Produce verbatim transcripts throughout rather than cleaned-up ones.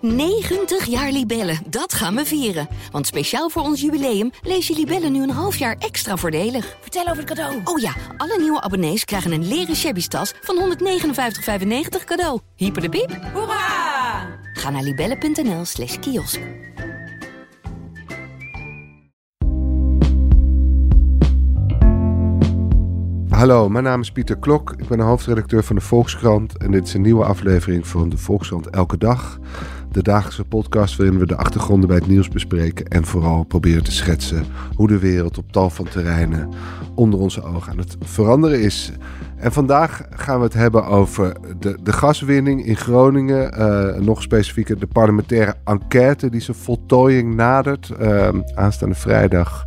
negentig jaar Libellen, dat gaan we vieren. Want speciaal voor ons jubileum lees je Libellen nu een half jaar extra voordelig. Vertel over het cadeau. Oh ja, alle nieuwe abonnees krijgen een leren shabby tas van honderdnegenenvijftig vijfennegentig cadeau. Hyper de piep. Hoera! Ga naar libellen.nl slash kiosk. Hallo, mijn naam is Pieter Klok. Ik ben de hoofdredacteur van de Volkskrant en dit is een nieuwe aflevering van de Volkskrant Elke Dag. De dagelijkse podcast waarin we de achtergronden bij het nieuws bespreken en vooral proberen te schetsen hoe de wereld op tal van terreinen onder onze ogen aan het veranderen is. En vandaag gaan we het hebben over de, de gaswinning in Groningen. Uh, nog specifieker de parlementaire enquête die zijn voltooiing nadert. Uh, aanstaande vrijdag.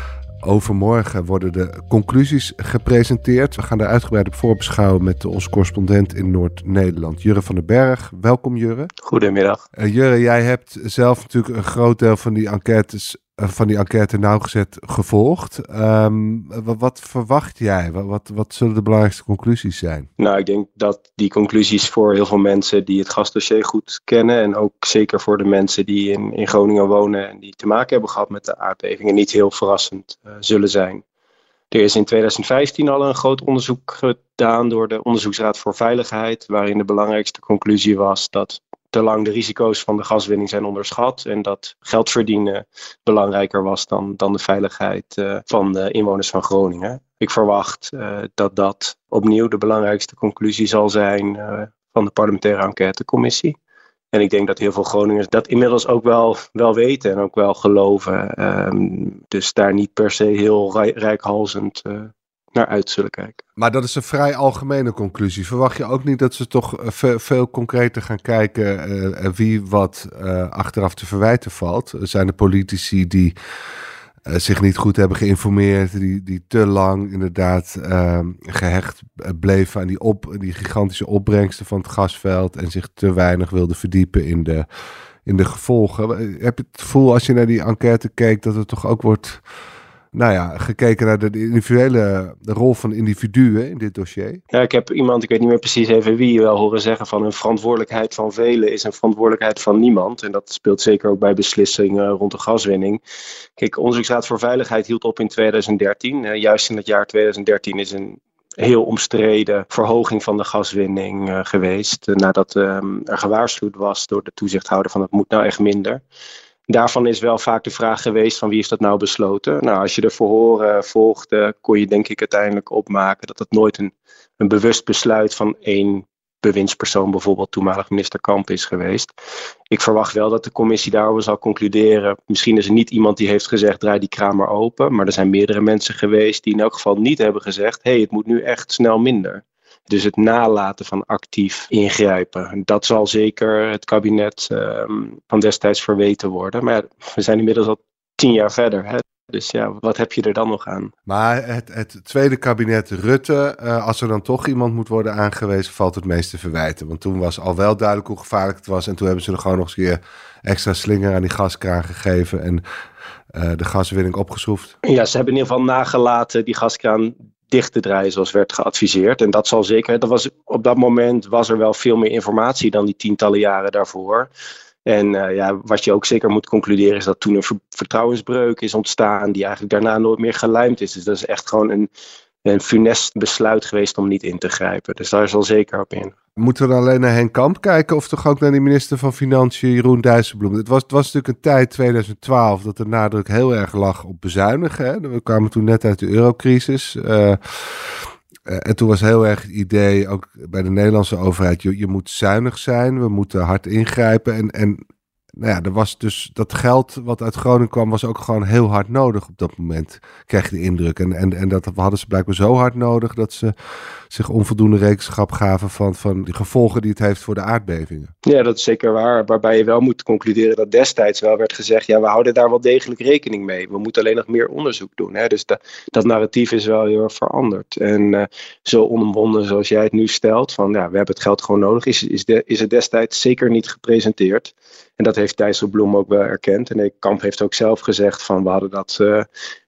Overmorgen worden de conclusies gepresenteerd. We gaan daar uitgebreid op voorbeschouwen met onze correspondent in Noord-Nederland, Jurre van den Berg. Welkom, Jurre. Goedemiddag. Uh, Jurre, jij hebt zelf natuurlijk een groot deel van die enquêtes, uh, van die enquête nauwgezet gevolgd. Um, wat, wat verwacht jij? Wat, wat, wat zullen de belangrijkste conclusies zijn? Nou, ik denk dat die conclusies voor heel veel mensen die het gasdossier goed kennen en ook zeker voor de mensen die in, in Groningen wonen en die te maken hebben gehad met de aardbevingen niet heel verrassend uh, zullen zijn. Er is in twintig vijftien al een groot onderzoek gedaan door de Onderzoeksraad voor Veiligheid, waarin de belangrijkste conclusie was dat te lang de risico's van de gaswinning zijn onderschat en dat geld verdienen belangrijker was dan, dan de veiligheid uh, van de inwoners van Groningen. Ik verwacht uh, dat dat opnieuw de belangrijkste conclusie zal zijn uh, van de parlementaire enquêtecommissie. En ik denk dat heel veel Groningers dat inmiddels ook wel, wel weten en ook wel geloven. Um, dus daar niet per se heel rij, rijkhalzend uh, naar uit zullen kijken. Maar dat is een vrij algemene conclusie. Verwacht je ook niet dat ze toch veel, veel concreter gaan kijken uh, wie wat uh, achteraf te verwijten valt? Er zijn de politici die uh, zich niet goed hebben geïnformeerd, die, die te lang inderdaad uh, gehecht bleven aan die, op, die gigantische opbrengsten van het gasveld en zich te weinig wilden verdiepen in de, in de gevolgen. Heb je het gevoel als je naar die enquête keek dat het toch ook wordt, nou ja, gekeken naar de individuele de rol van individuen in dit dossier? Ja, ik heb iemand, ik weet niet meer precies even wie, wel horen zeggen van een verantwoordelijkheid van velen is een verantwoordelijkheid van niemand. En dat speelt zeker ook bij beslissingen rond de gaswinning. Kijk, Onderzoeksraad voor Veiligheid hield op in twintig dertien. Uh, juist in het jaar twintig dertien is een heel omstreden verhoging van de gaswinning uh, geweest. Uh, nadat um, er gewaarschuwd was door de toezichthouder van het moet nou echt minder. Daarvan is wel vaak de vraag geweest van wie is dat nou besloten. Nou, als je de verhoren volgde, kon je denk ik uiteindelijk opmaken dat het nooit een, een bewust besluit van één bewindspersoon, bijvoorbeeld toenmalig minister Kamp, is geweest. Ik verwacht wel dat de commissie daarover zal concluderen. Misschien is er niet iemand die heeft gezegd draai die kraan maar open, maar er zijn meerdere mensen geweest die in elk geval niet hebben gezegd hé, hey, het moet nu echt snel minder. Dus het nalaten van actief ingrijpen. Dat zal zeker het kabinet um, van destijds verweten worden. Maar ja, we zijn inmiddels al tien jaar verder. Hè? Dus ja, wat heb je er dan nog aan? Maar het, het tweede kabinet Rutte, uh, als er dan toch iemand moet worden aangewezen, valt het meest te verwijten. Want toen was al wel duidelijk hoe gevaarlijk het was. En toen hebben ze er gewoon nog eens een keer extra slinger aan die gaskraan gegeven en uh, de gaswinning opgeschroefd. Ja, ze hebben in ieder geval nagelaten die gaskraan dicht te draaien zoals werd geadviseerd. En dat zal zeker, dat was, op dat moment was er wel veel meer informatie dan die tientallen jaren daarvoor. En uh, ja, wat je ook zeker moet concluderen is dat toen een ver- vertrouwensbreuk is ontstaan die eigenlijk daarna nooit meer gelijmd is. Dus dat is echt gewoon een, een funest besluit geweest om niet in te grijpen. Dus daar zal zeker op in. Moeten we dan alleen naar Henk Kamp kijken of toch ook naar die minister van Financiën Jeroen Dijsselbloem? Het was, het was natuurlijk een tijd, twintig twaalf, dat de nadruk heel erg lag op bezuinigen. Hè? We kwamen toen net uit de eurocrisis. Uh, uh, en toen was heel erg het idee, ook bij de Nederlandse overheid, je, je moet zuinig zijn, we moeten hard ingrijpen. En, en nou ja, er was dus dat geld wat uit Groningen kwam, was ook gewoon heel hard nodig op dat moment, kreeg je de indruk. En, en, en dat hadden ze blijkbaar zo hard nodig dat ze zich onvoldoende rekenschap gaven van, van de gevolgen die het heeft voor de aardbevingen. Ja, dat is zeker waar. Waarbij je wel moet concluderen dat destijds wel werd gezegd, ja, we houden daar wel degelijk rekening mee. We moeten alleen nog meer onderzoek doen. Hè? Dus da, dat narratief is wel heel erg veranderd. En uh, zo onomwonden zoals jij het nu stelt, van ja, we hebben het geld gewoon nodig, is, is, de, is het destijds zeker niet gepresenteerd. En dat heeft heeft Dijsselbloem ook wel erkend. En Kamp heeft ook zelf gezegd van we hadden dat, uh,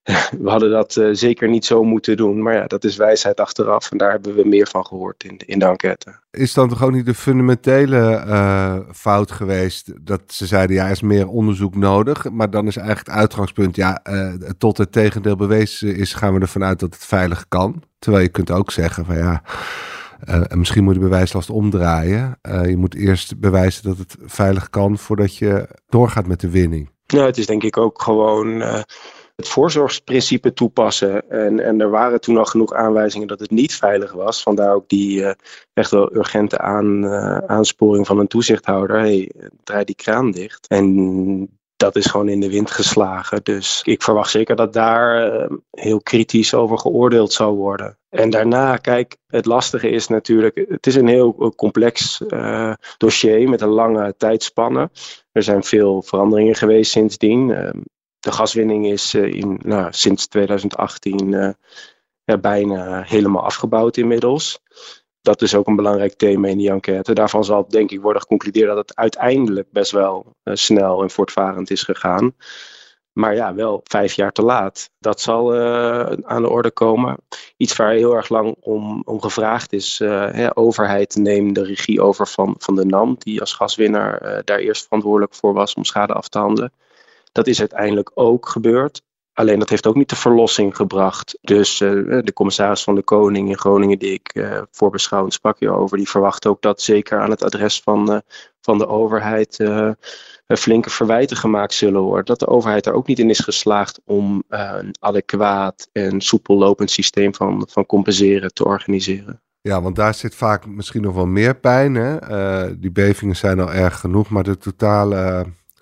we hadden dat uh, zeker niet zo moeten doen. Maar ja, dat is wijsheid achteraf en daar hebben we meer van gehoord in, in de enquête. Is dan toch ook niet de fundamentele uh, fout geweest dat ze zeiden ja, er is meer onderzoek nodig. Maar dan is eigenlijk het uitgangspunt ja, uh, tot het tegendeel bewezen is, gaan we ervan uit dat het veilig kan. Terwijl je kunt ook zeggen van ja... Uh, misschien moet je de bewijslast omdraaien. Uh, je moet eerst bewijzen dat het veilig kan voordat je doorgaat met de winning. Nou, het is denk ik ook gewoon uh, het voorzorgsprincipe toepassen. En, en er waren toen al genoeg aanwijzingen dat het niet veilig was. Vandaar ook die uh, echt wel urgente aan, uh, aansporing van een toezichthouder. Hey, draai die kraan dicht. En dat is gewoon in de wind geslagen. Dus ik verwacht zeker dat daar uh, heel kritisch over geoordeeld zal worden. En daarna, kijk, het lastige is natuurlijk, het is een heel complex uh, dossier met een lange tijdspanne. Er zijn veel veranderingen geweest sindsdien. Uh, de gaswinning is uh, in, nou, sinds twintig achttien uh, ja, bijna helemaal afgebouwd inmiddels. Dat is ook een belangrijk thema in die enquête. Daarvan zal denk ik worden geconcludeerd dat het uiteindelijk best wel uh, snel en voortvarend is gegaan. Maar ja, wel vijf jaar te laat. Dat zal uh, aan de orde komen. Iets waar heel erg lang om, om gevraagd is. Uh, hè, overheid neemt de regie over van, van de NAM, die als gaswinnaar uh, daar eerst verantwoordelijk voor was om schade af te handelen. Dat is uiteindelijk ook gebeurd. Alleen dat heeft ook niet de verlossing gebracht. Dus uh, de commissaris van de Koning in Groningen, die ik uh, voorbeschouwend sprak hierover, die verwacht ook dat zeker aan het adres van, uh, van de overheid uh, flinke verwijten gemaakt zullen worden. Dat de overheid er ook niet in is geslaagd om uh, een adequaat en soepel lopend systeem van, van compenseren te organiseren. Ja, want daar zit vaak misschien nog wel meer pijn. Hè? Uh, die bevingen zijn al erg genoeg, maar de totale Uh...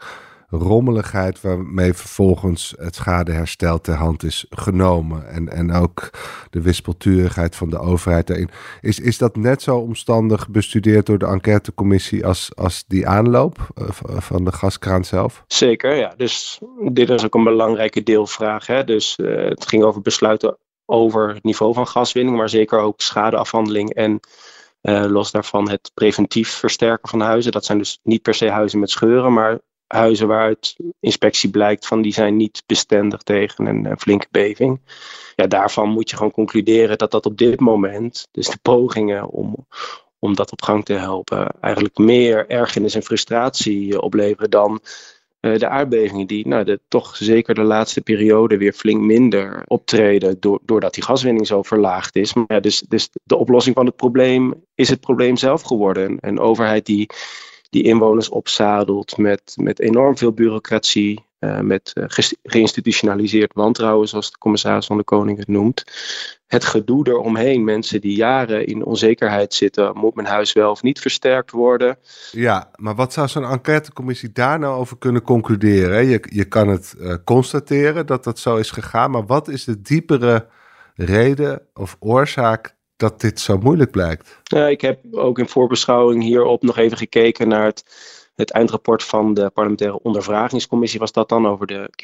rommeligheid waarmee vervolgens het schadeherstel ter hand is genomen. En, en ook de wispelturigheid van de overheid daarin. Is, is dat net zo omstandig bestudeerd door de enquêtecommissie als, als die aanloop uh, van de gaskraan zelf? Zeker, ja. Dus dit is ook een belangrijke deelvraag. Hè? Dus uh, het ging over besluiten over het niveau van gaswinning, maar zeker ook schadeafhandeling en uh, los daarvan het preventief versterken van huizen. Dat zijn dus niet per se huizen met scheuren, maar huizen waaruit inspectie blijkt van die zijn niet bestendig tegen een, een flinke beving. Ja, daarvan moet je gewoon concluderen dat dat op dit moment, dus de pogingen om, om dat op gang te helpen, eigenlijk meer ergernis en frustratie opleveren dan uh, de aardbevingen die nou, de, toch zeker de laatste periode weer flink minder optreden do- doordat die gaswinning zo verlaagd is. Maar ja, dus, dus de oplossing van het probleem is het probleem zelf geworden. Een overheid die die inwoners opzadelt met, met enorm veel bureaucratie, uh, met uh, geïnstitutionaliseerd wantrouwen, zoals de commissaris van de Koning het noemt. Het gedoe eromheen, mensen die jaren in onzekerheid zitten, moet mijn huis wel of niet versterkt worden? Ja, maar wat zou zo'n enquêtecommissie daar nou over kunnen concluderen? Je, je kan het uh, constateren dat dat zo is gegaan, maar wat is de diepere reden of oorzaak dat dit zo moeilijk blijkt? Ja, ik heb ook in voorbeschouwing hierop nog even gekeken naar het, het eindrapport van de parlementaire ondervragingscommissie. Was dat dan over de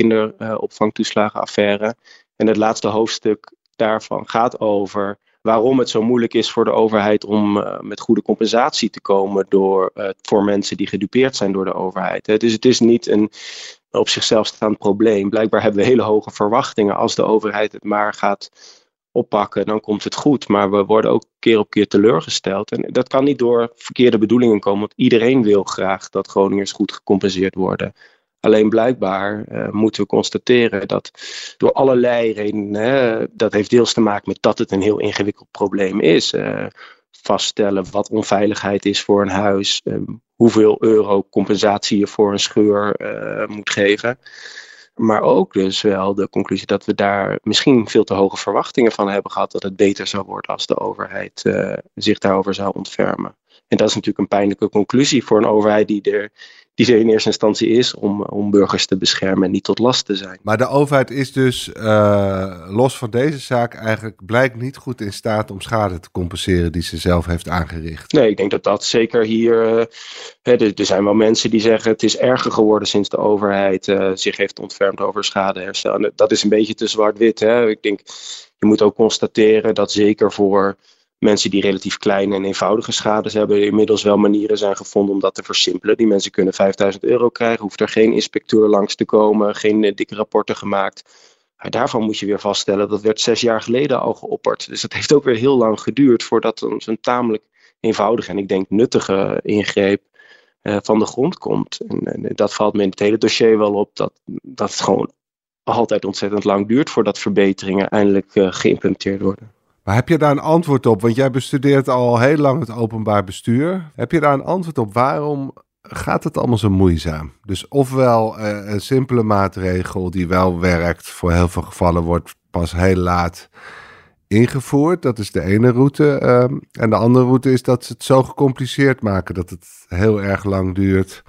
kinderopvangtoeslagenaffaire? En het laatste hoofdstuk daarvan gaat over waarom het zo moeilijk is voor de overheid om uh, met goede compensatie te komen door, uh, voor mensen die gedupeerd zijn door de overheid. Hè. Dus het is niet een op zichzelf staand probleem. Blijkbaar hebben we hele hoge verwachtingen als de overheid het maar gaat oppakken, dan komt het goed. Maar we worden ook keer op keer teleurgesteld. En dat kan niet door verkeerde bedoelingen komen, want iedereen wil graag dat Groningers goed gecompenseerd worden. Alleen blijkbaar uh, moeten we constateren dat door allerlei redenen, hè, dat heeft deels te maken met dat het een heel ingewikkeld probleem is. Uh, vaststellen wat onveiligheid is voor een huis, uh, hoeveel euro compensatie je voor een scheur uh, moet geven. Maar ook dus wel de conclusie dat we daar misschien veel te hoge verwachtingen van hebben gehad, dat het beter zou worden als de overheid uh, zich daarover zou ontfermen. En dat is natuurlijk een pijnlijke conclusie voor een overheid die er, die er in eerste instantie is om, om burgers te beschermen en niet tot last te zijn. Maar de overheid is dus, uh, los van deze zaak, eigenlijk blijkt niet goed in staat om schade te compenseren die ze zelf heeft aangericht. Nee, ik denk dat dat zeker hier, uh, hè, er, er zijn wel mensen die zeggen het is erger geworden sinds de overheid uh, zich heeft ontfermd over schadeherstel. En dat is een beetje te zwart-wit. Hè? Ik denk, je moet ook constateren dat zeker voor mensen die relatief kleine en eenvoudige schades hebben, inmiddels wel manieren zijn gevonden om dat te versimpelen. Die mensen kunnen vijfduizend euro krijgen, hoeft er geen inspecteur langs te komen, geen uh, dikke rapporten gemaakt. Maar daarvan moet je weer vaststellen, dat werd zes jaar geleden al geopperd. Dus dat heeft ook weer heel lang geduurd voordat een, zo'n tamelijk eenvoudige en ik denk nuttige ingreep uh, van de grond komt. En, en dat valt me in het hele dossier wel op, dat, dat het gewoon altijd ontzettend lang duurt voordat verbeteringen eindelijk uh, geïmplementeerd worden. Maar heb je daar een antwoord op? Want jij bestudeert al heel lang het openbaar bestuur. Heb je daar een antwoord op? Waarom gaat het allemaal zo moeizaam? Dus ofwel uh, een simpele maatregel die wel werkt, voor heel veel gevallen wordt pas heel laat ingevoerd. Dat is de ene route. Um, en de andere route is dat ze het zo gecompliceerd maken dat het heel erg lang duurt.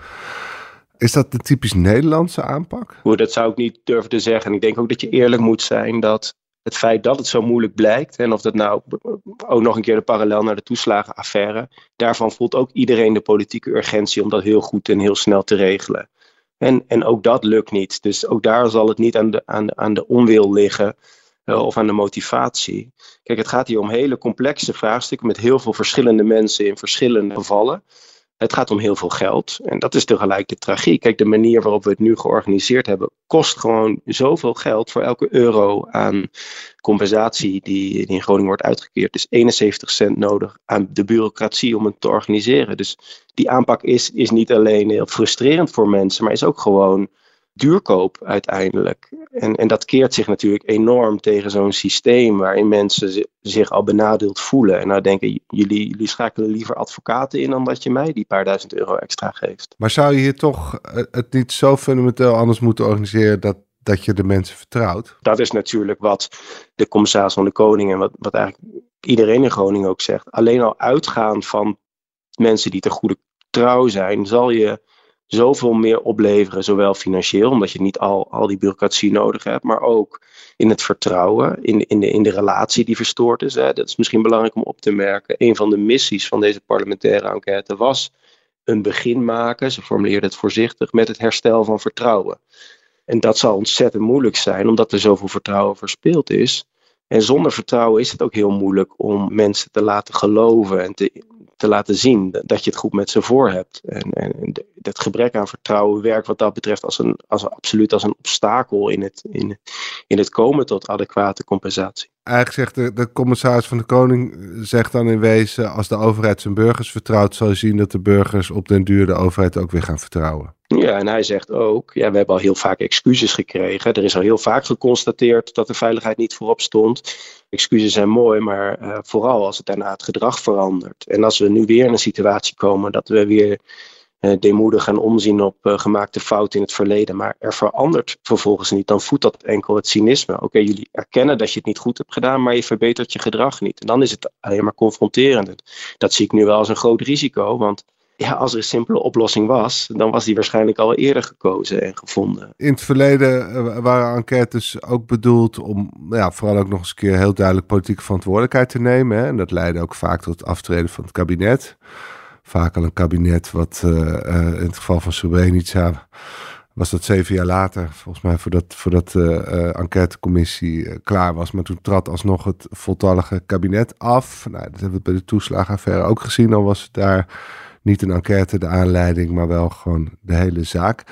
Is dat de typisch Nederlandse aanpak? Goed, dat zou ik niet durven te zeggen. En ik denk ook dat je eerlijk moet zijn dat het feit dat het zo moeilijk blijkt, en of dat nou ook nog een keer de parallel naar de toeslagenaffaire, daarvan voelt ook iedereen de politieke urgentie om dat heel goed en heel snel te regelen. En, en ook dat lukt niet. Dus ook daar zal het niet aan de, aan de, aan de onwil liggen uh, of aan de motivatie. Kijk, het gaat hier om hele complexe vraagstukken met heel veel verschillende mensen in verschillende gevallen. Het gaat om heel veel geld en dat is tegelijk de tragiek. Kijk, de manier waarop we het nu georganiseerd hebben kost gewoon zoveel geld voor elke euro aan compensatie die, die in Groningen wordt uitgekeerd. Dus eenenzeventig cent nodig aan de bureaucratie om het te organiseren. Dus die aanpak is, is niet alleen heel frustrerend voor mensen, maar is ook gewoon duurkoop uiteindelijk. En, en dat keert zich natuurlijk enorm tegen zo'n systeem waarin mensen zich al benadeeld voelen. En nou denken, jullie, jullie schakelen liever advocaten in dan dat je mij die paar duizend euro extra geeft. Maar zou je hier toch het niet zo fundamenteel anders moeten organiseren dat, dat je de mensen vertrouwt? Dat is natuurlijk wat de commissaris van de Koning en wat, wat eigenlijk iedereen in Groningen ook zegt. Alleen al uitgaan van mensen die te goede trouw zijn, zal je zoveel meer opleveren, zowel financieel, omdat je niet al, al die bureaucratie nodig hebt, maar ook in het vertrouwen, in, in, de, in de relatie die verstoord is. Hè. Dat is misschien belangrijk om op te merken. Een van de missies van deze parlementaire enquête was een begin maken, ze formuleerden het voorzichtig, met het herstel van vertrouwen. En dat zal ontzettend moeilijk zijn, omdat er zoveel vertrouwen verspeeld is. En zonder vertrouwen is het ook heel moeilijk om mensen te laten geloven en te, te laten zien dat je het goed met ze voor hebt. En, en dat gebrek aan vertrouwen werkt wat dat betreft als een, als een, absoluut als een obstakel in het, in, in het komen tot adequate compensatie. Eigenlijk zegt de, de commissaris van de Koning, zegt dan in wezen, als de overheid zijn burgers vertrouwt, zal je zien dat de burgers op den duur de overheid ook weer gaan vertrouwen. Ja, en hij zegt ook, ja, we hebben al heel vaak excuses gekregen. Er is al heel vaak geconstateerd dat de veiligheid niet voorop stond. Excuses zijn mooi, maar uh, vooral als het daarna het gedrag verandert. En als we nu weer in een situatie komen dat we weer uh, deemoedig gaan omzien op uh, gemaakte fouten in het verleden, maar er verandert vervolgens niet, dan voedt dat enkel het cynisme. Oké, okay, jullie erkennen dat je het niet goed hebt gedaan, maar je verbetert je gedrag niet. En dan is het alleen maar confronterend. Dat zie ik nu wel als een groot risico, want ja, als er een simpele oplossing was, dan was die waarschijnlijk al eerder gekozen en gevonden. In het verleden waren enquêtes ook bedoeld om ja, vooral ook nog eens een keer heel duidelijk politieke verantwoordelijkheid te nemen. Hè? En dat leidde ook vaak tot het aftreden van het kabinet. Vaak al een kabinet wat uh, uh, in het geval van Srebrenica was dat zeven jaar later, volgens mij voordat, voordat de uh, enquêtecommissie uh, klaar was. Maar toen trad alsnog het voltallige kabinet af. Nou, dat hebben we bij de toeslagenaffaire ook gezien, al was het daar niet een enquête de aanleiding, maar wel gewoon de hele zaak.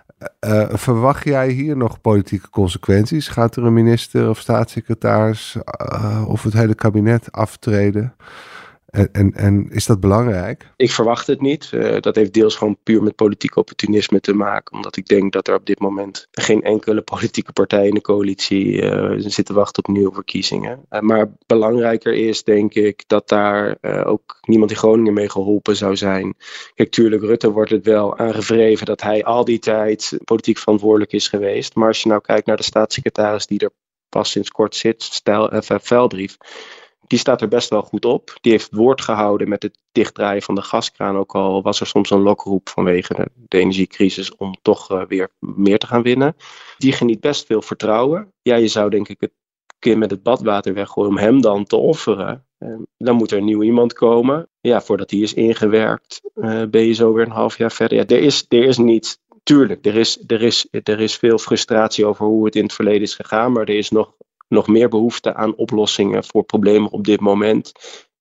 Uh, verwacht jij hier nog politieke consequenties? Gaat er een minister of staatssecretaris uh, of het hele kabinet aftreden? En, en, en is dat belangrijk? Ik verwacht het niet. Uh, dat heeft deels gewoon puur met politiek opportunisme te maken. Omdat ik denk dat er op dit moment geen enkele politieke partij in de coalitie uh, zit te wachten op nieuwe verkiezingen. Uh, maar belangrijker is, denk ik, dat daar uh, ook niemand in Groningen mee geholpen zou zijn. Kijk, tuurlijk, Rutte wordt het wel aangevreven dat hij al die tijd politiek verantwoordelijk is geweest. Maar als je nou kijkt naar de staatssecretaris die er pas sinds kort zit, Stijl F F Veldrief, die staat er best wel goed op. Die heeft woord gehouden met het dichtdraaien van de gaskraan. Ook al was er soms een lokroep vanwege de, de energiecrisis om toch uh, weer meer te gaan winnen. Die geniet best veel vertrouwen. Ja, je zou denk ik het kind met het badwater weggooien om hem dan te offeren. Uh, dan moet er nieuw iemand komen. Ja, voordat die is ingewerkt, uh, ben je zo weer een half jaar verder. Ja, er is, er is niet... Tuurlijk, er is, er, is, er is veel frustratie over hoe het in het verleden is gegaan. Maar er is nog... nog meer behoefte aan oplossingen voor problemen op dit moment.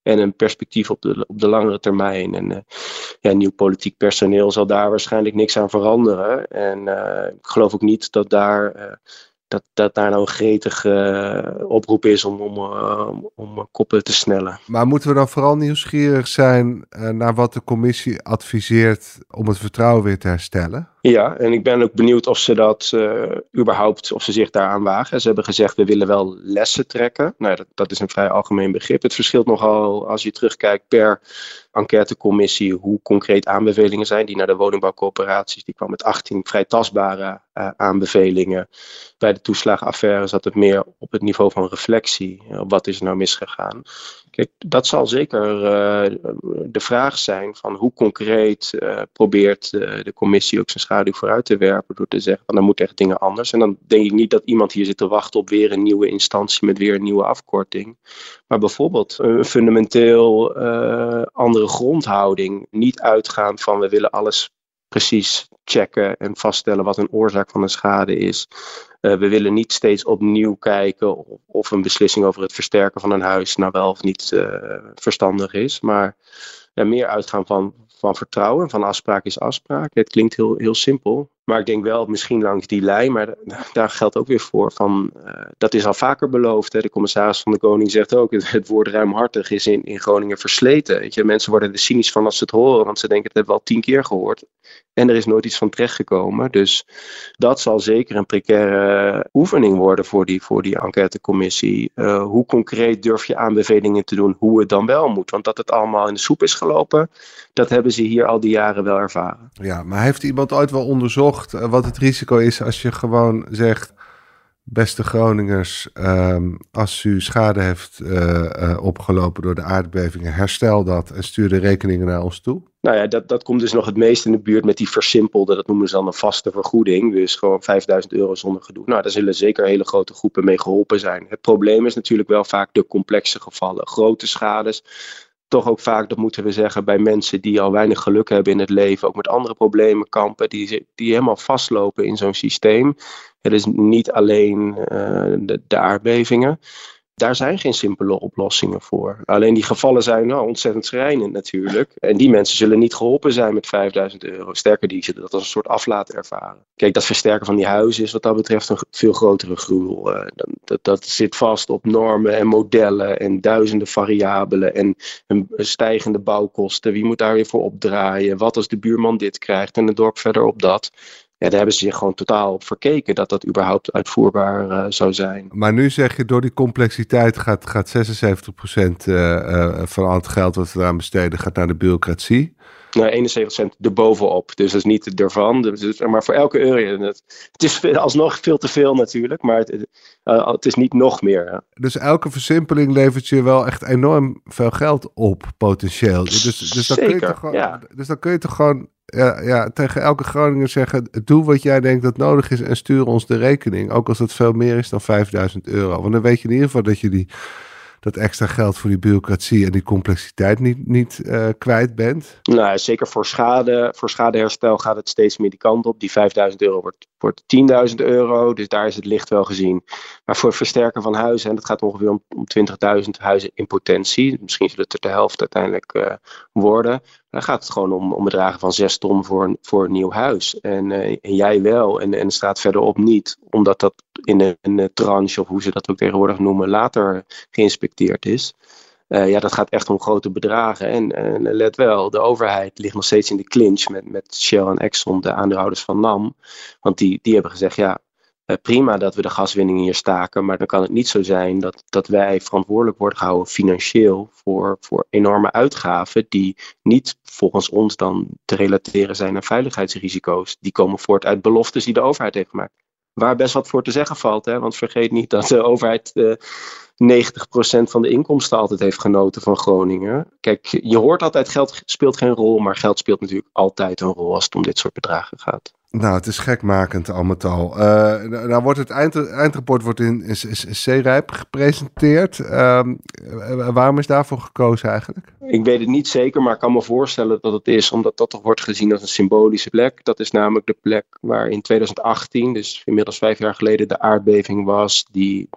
en een perspectief op de, op de langere termijn. En uh, ja, nieuw politiek personeel zal daar waarschijnlijk niks aan veranderen. En uh, ik geloof ook niet dat daar... Uh, Dat, dat daar nou een gretige uh, oproep is om, om, uh, om koppen te snellen. Maar moeten we dan vooral nieuwsgierig zijn uh, naar wat de commissie adviseert om het vertrouwen weer te herstellen? Ja, en ik ben ook benieuwd of ze dat uh, überhaupt, of ze zich daaraan wagen. Ze hebben gezegd, we willen wel lessen trekken. Nou, dat, dat is een vrij algemeen begrip. Het verschilt nogal als je terugkijkt per enquêtecommissie hoe concreet aanbevelingen zijn. Die naar de woningbouwcoöperaties, die kwam met achttien vrij tastbare uh, aanbevelingen. Bij de toeslagenaffaire zat het meer op het niveau van reflectie. Uh, wat is er nou misgegaan? Kijk, dat zal zeker uh, de vraag zijn van hoe concreet uh, probeert uh, de commissie ook zijn schaduw vooruit te werpen door te zeggen van dan moeten echt dingen anders. En dan denk ik niet dat iemand hier zit te wachten op weer een nieuwe instantie met weer een nieuwe afkorting. Maar bijvoorbeeld een fundamenteel uh, andere grondhouding. Niet uitgaan van we willen alles precies checken en vaststellen wat een oorzaak van een schade is. Uh, we willen niet steeds opnieuw kijken of, of een beslissing over het versterken van een huis nou wel of niet uh, verstandig is. Maar uh, meer uitgaan van, van vertrouwen, van afspraak is afspraak. Het klinkt heel, heel simpel. Maar ik denk wel misschien langs die lijn, maar d- daar geldt ook weer voor van, uh, dat is al vaker beloofd. Hè. De commissaris van de Koning zegt ook, het, het woord ruimhartig is in, in Groningen versleten. Weet je. Mensen worden er cynisch van als ze het horen, want ze denken, het hebben we al tien keer gehoord. En er is nooit iets van terechtgekomen. Dus dat zal zeker een precaire oefening worden voor die, voor die enquêtecommissie. Uh, hoe concreet durf je aanbevelingen te doen, hoe het dan wel moet? Want dat het allemaal in de soep is gelopen, dat hebben ze hier al die jaren wel ervaren. Ja, maar heeft iemand ooit wel onderzocht wat het risico is als je gewoon zegt, beste Groningers, um, als u schade heeft uh, uh, opgelopen door de aardbevingen, herstel dat en stuur de rekeningen naar ons toe? Nou ja, dat, dat komt dus nog het meest in de buurt met die versimpelde, dat noemen ze dan een vaste vergoeding. Dus gewoon vijfduizend euro zonder gedoe. Nou, daar zullen zeker hele grote groepen mee geholpen zijn. Het probleem is natuurlijk wel vaak de complexe gevallen. Grote schades. Toch ook vaak, dat moeten we zeggen, bij mensen die al weinig geluk hebben in het leven, ook met andere problemen kampen, die, die helemaal vastlopen in zo'n systeem. Het is niet alleen uh, de, de aardbevingen. Daar zijn geen simpele oplossingen voor. Alleen die gevallen zijn nou, ontzettend schrijnend natuurlijk. En die mensen zullen niet geholpen zijn met vijfduizend euro. Sterker, die zullen dat als een soort aflaat ervaren. Kijk, dat versterken van die huizen is wat dat betreft een veel grotere gruwel. Uh, dat, dat, dat zit vast op normen en modellen en duizenden variabelen en, en stijgende bouwkosten. Wie moet daar weer voor opdraaien? Wat als de buurman dit krijgt en het dorp verder op dat? Ja, daar hebben ze zich gewoon totaal op verkeken dat dat überhaupt uitvoerbaar uh, zou zijn. Maar nu zeg je, door die complexiteit gaat, gaat zesenzeventig procent uh, uh, van al het geld wat we eraan besteden gaat naar de bureaucratie. Nou, eenenzeventig procent erbovenop. Dus dat is niet ervan. Dus, maar voor elke euro. Het, het is alsnog veel te veel natuurlijk. Maar het, uh, het is niet nog meer. Ja. Dus elke versimpeling levert je wel echt enorm veel geld op, potentieel. Dus, dus, dan, kun je toch gewoon, ja. dus dan kun je toch gewoon ja, ja, tegen elke Groninger zeggen, doe wat jij denkt dat nodig is en stuur ons de rekening. Ook als dat veel meer is dan vijfduizend euro. Want dan weet je in ieder geval dat je die... dat extra geld voor die bureaucratie en die complexiteit niet, niet uh, kwijt bent? Nou, zeker voor schade, voor schadeherstel gaat het steeds meer die kant op. Die vijfduizend euro wordt, wordt tienduizend euro, dus daar is het licht wel gezien. Maar voor het versterken van huizen, en dat gaat ongeveer om, om twintigduizend huizen in potentie. Misschien zullen het er de helft uiteindelijk uh, worden. Dan gaat het gewoon om, om het dragen van zes ton voor een, voor een nieuw huis. En, uh, en jij wel, en, en de straat verderop niet. Omdat dat in een, een tranche, of hoe ze dat ook tegenwoordig noemen, later geïnspecteerd is. Uh, ja, dat gaat echt om grote bedragen. En, en let wel, de overheid ligt nog steeds in de clinch met, met Shell en Exxon, de aandeelhouders van NAM. Want die, die hebben gezegd, ja, uh, prima dat we de gaswinning hier staken, maar dan kan het niet zo zijn dat, dat wij verantwoordelijk worden gehouden financieel voor, voor enorme uitgaven die niet volgens ons dan te relateren zijn aan veiligheidsrisico's. Die komen voort uit beloftes die de overheid heeft gemaakt. Waar best wat voor te zeggen valt, hè? Want vergeet niet dat de overheid uh, negentig procent van de inkomsten altijd heeft genoten van Groningen. Kijk, je hoort altijd geld speelt geen rol, maar geld speelt natuurlijk altijd een rol als het om dit soort bedragen gaat. Nou, het is gekmakend al met al. Uh, nou wordt het eind, eindrapport wordt in, in, in C-rijp gepresenteerd. Uh, waarom is daarvoor gekozen eigenlijk? Ik weet het niet zeker, maar ik kan me voorstellen dat het is, omdat dat toch wordt gezien als een symbolische plek. Dat is namelijk de plek waar in twintig achttien, dus inmiddels vijf jaar geleden, de aardbeving was die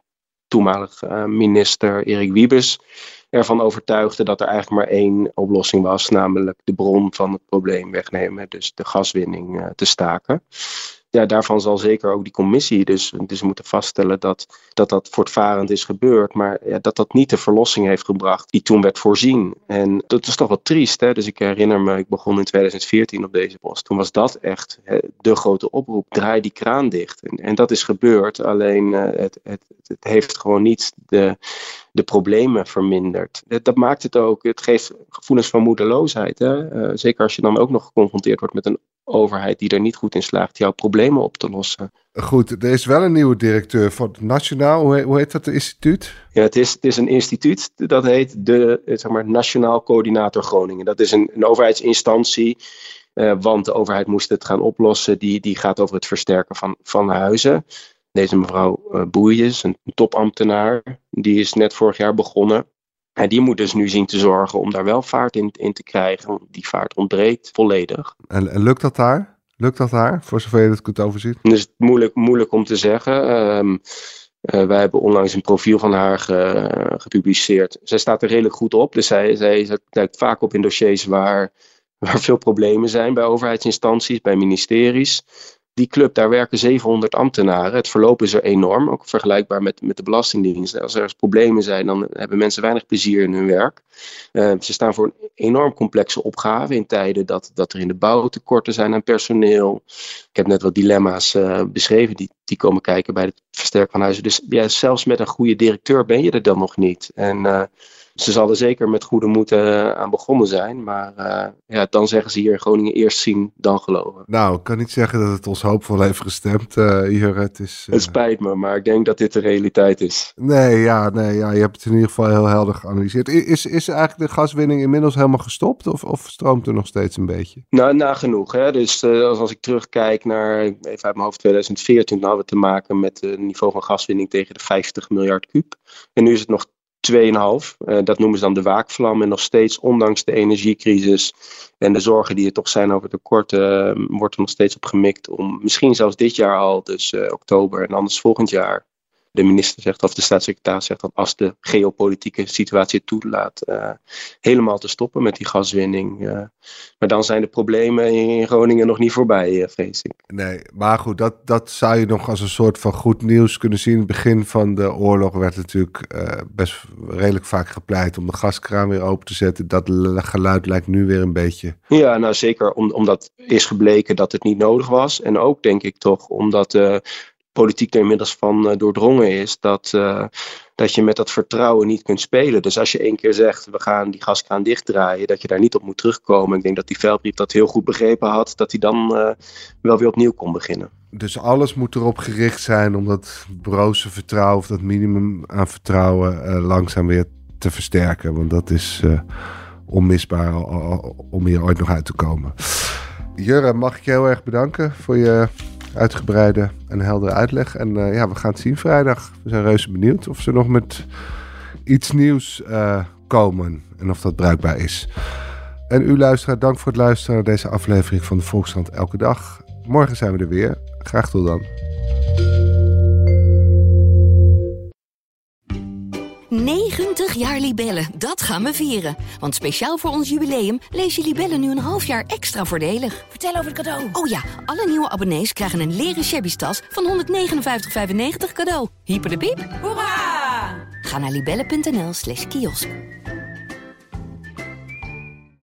toenmalig uh, minister Erik Wiebes ervan overtuigde dat er eigenlijk maar één oplossing was, namelijk de bron van het probleem wegnemen, dus de gaswinning uh, te staken. Ja, daarvan zal zeker ook die commissie dus, dus moeten vaststellen dat, dat dat voortvarend is gebeurd, maar ja, dat dat niet de verlossing heeft gebracht die toen werd voorzien. En dat is toch wel triest, hè? Dus ik herinner me, ik begon in tweeduizend veertien op deze post. Toen was dat echt hè, de grote oproep, draai die kraan dicht. En, en dat is gebeurd, alleen uh, het, het, het heeft gewoon niet de, de problemen verminderd. Dat, dat maakt het ook, het geeft gevoelens van moedeloosheid. Hè? Uh, zeker als je dan ook nog geconfronteerd wordt met een overheid die er niet goed in slaagt jouw problemen op te lossen. Goed, er is wel een nieuwe directeur van het Nationaal, hoe heet, hoe heet dat instituut? Ja, het is, het is een instituut, dat heet de zeg maar, Nationaal Coördinator Groningen. Dat is een, een overheidsinstantie, uh, want de overheid moest het gaan oplossen. Die, die gaat over het versterken van, van huizen. Deze mevrouw uh, Boeijes, een topambtenaar, die is net vorig jaar begonnen. En die moet dus nu zien te zorgen om daar wel vaart in, in te krijgen. Die vaart ontbreekt volledig. En, en lukt dat daar? Lukt dat daar, voor zover je het kunt overzien? Dus het is moeilijk, moeilijk om te zeggen. Um, uh, wij hebben onlangs een profiel van haar ge, gepubliceerd. Zij staat er redelijk goed op. Dus zij, zij, zij duikt vaak op in dossiers waar, waar veel problemen zijn bij overheidsinstanties, bij ministeries. Die club, daar werken zevenhonderd ambtenaren. Het verloop is er enorm, ook vergelijkbaar met, met de Belastingdienst. Als er problemen zijn, dan hebben mensen weinig plezier in hun werk. Uh, ze staan voor een enorm complexe opgave in tijden dat, dat er in de bouw tekorten zijn aan personeel. Ik heb net wat dilemma's uh, beschreven die, die komen kijken bij het versterken van huizen. Dus ja, zelfs met een goede directeur ben je er dan nog niet. En uh, ze zal er zeker met goede moed uh, aan begonnen zijn. Maar uh, ja, dan zeggen ze hier in Groningen eerst zien, dan geloven. Nou, ik kan niet zeggen dat het ons hoopvol heeft gestemd, uh, hier. Het, is, uh... het spijt me, maar ik denk dat dit de realiteit is. Nee, ja, nee, ja, je hebt het in ieder geval heel helder geanalyseerd. Is, is eigenlijk de gaswinning inmiddels helemaal gestopt of, of stroomt er nog steeds een beetje? Nou, nagenoeg. Hè? Dus uh, als ik terugkijk naar, even uit mijn hoofd, tweeduizend veertien, dan hadden we te maken met een niveau van gaswinning tegen de vijftig miljard kuub. En nu is het nog twee komma vijf. Uh, dat noemen ze dan de waakvlam. En nog steeds, ondanks de energiecrisis en de zorgen die er toch zijn over tekorten, uh, wordt er nog steeds op gemikt om misschien zelfs dit jaar al, dus uh, oktober en anders volgend jaar. De minister zegt, of de staatssecretaris zegt dat als de geopolitieke situatie het toelaat, uh, helemaal te stoppen met die gaswinning. Uh, maar dan zijn de problemen in Groningen nog niet voorbij, uh, vrees ik. Nee, maar goed, dat, dat zou je nog als een soort van goed nieuws kunnen zien. In het begin van de oorlog werd natuurlijk uh, best redelijk vaak gepleit om de gaskraan weer open te zetten. Dat geluid lijkt nu weer een beetje... Ja, nou zeker om, omdat is gebleken dat het niet nodig was. En ook denk ik toch omdat... Uh, politiek er inmiddels van uh, doordrongen is dat, uh, dat je met dat vertrouwen niet kunt spelen. Dus als je één keer zegt, we gaan die gaskraan dichtdraaien, dat je daar niet op moet terugkomen. Ik denk dat die Veldbrief dat heel goed begrepen had, dat hij dan uh, wel weer opnieuw kon beginnen. Dus alles moet erop gericht zijn om dat broze vertrouwen of dat minimum aan vertrouwen uh, langzaam weer te versterken. Want dat is uh, onmisbaar om hier ooit nog uit te komen. Jurre, mag ik je heel erg bedanken voor je uitgebreide en heldere uitleg. En uh, ja, we gaan het zien vrijdag. We zijn reuze benieuwd of ze nog met iets nieuws uh, komen. En of dat bruikbaar is. En u luisteraar, dank voor het luisteren naar deze aflevering van de Volkskrant Elke Dag. Morgen zijn we er weer. Graag tot dan. negentig jaar Libellen, dat gaan we vieren. Want speciaal voor ons jubileum lees je Libellen nu een half jaar extra voordelig. Vertel over het cadeau. Oh ja, alle nieuwe abonnees krijgen een leren shabby tas van honderdnegenenvijftig vijfennegentig cadeau. Hyper de piep. Hoera! Ga naar libellen punt n l slash kiosk.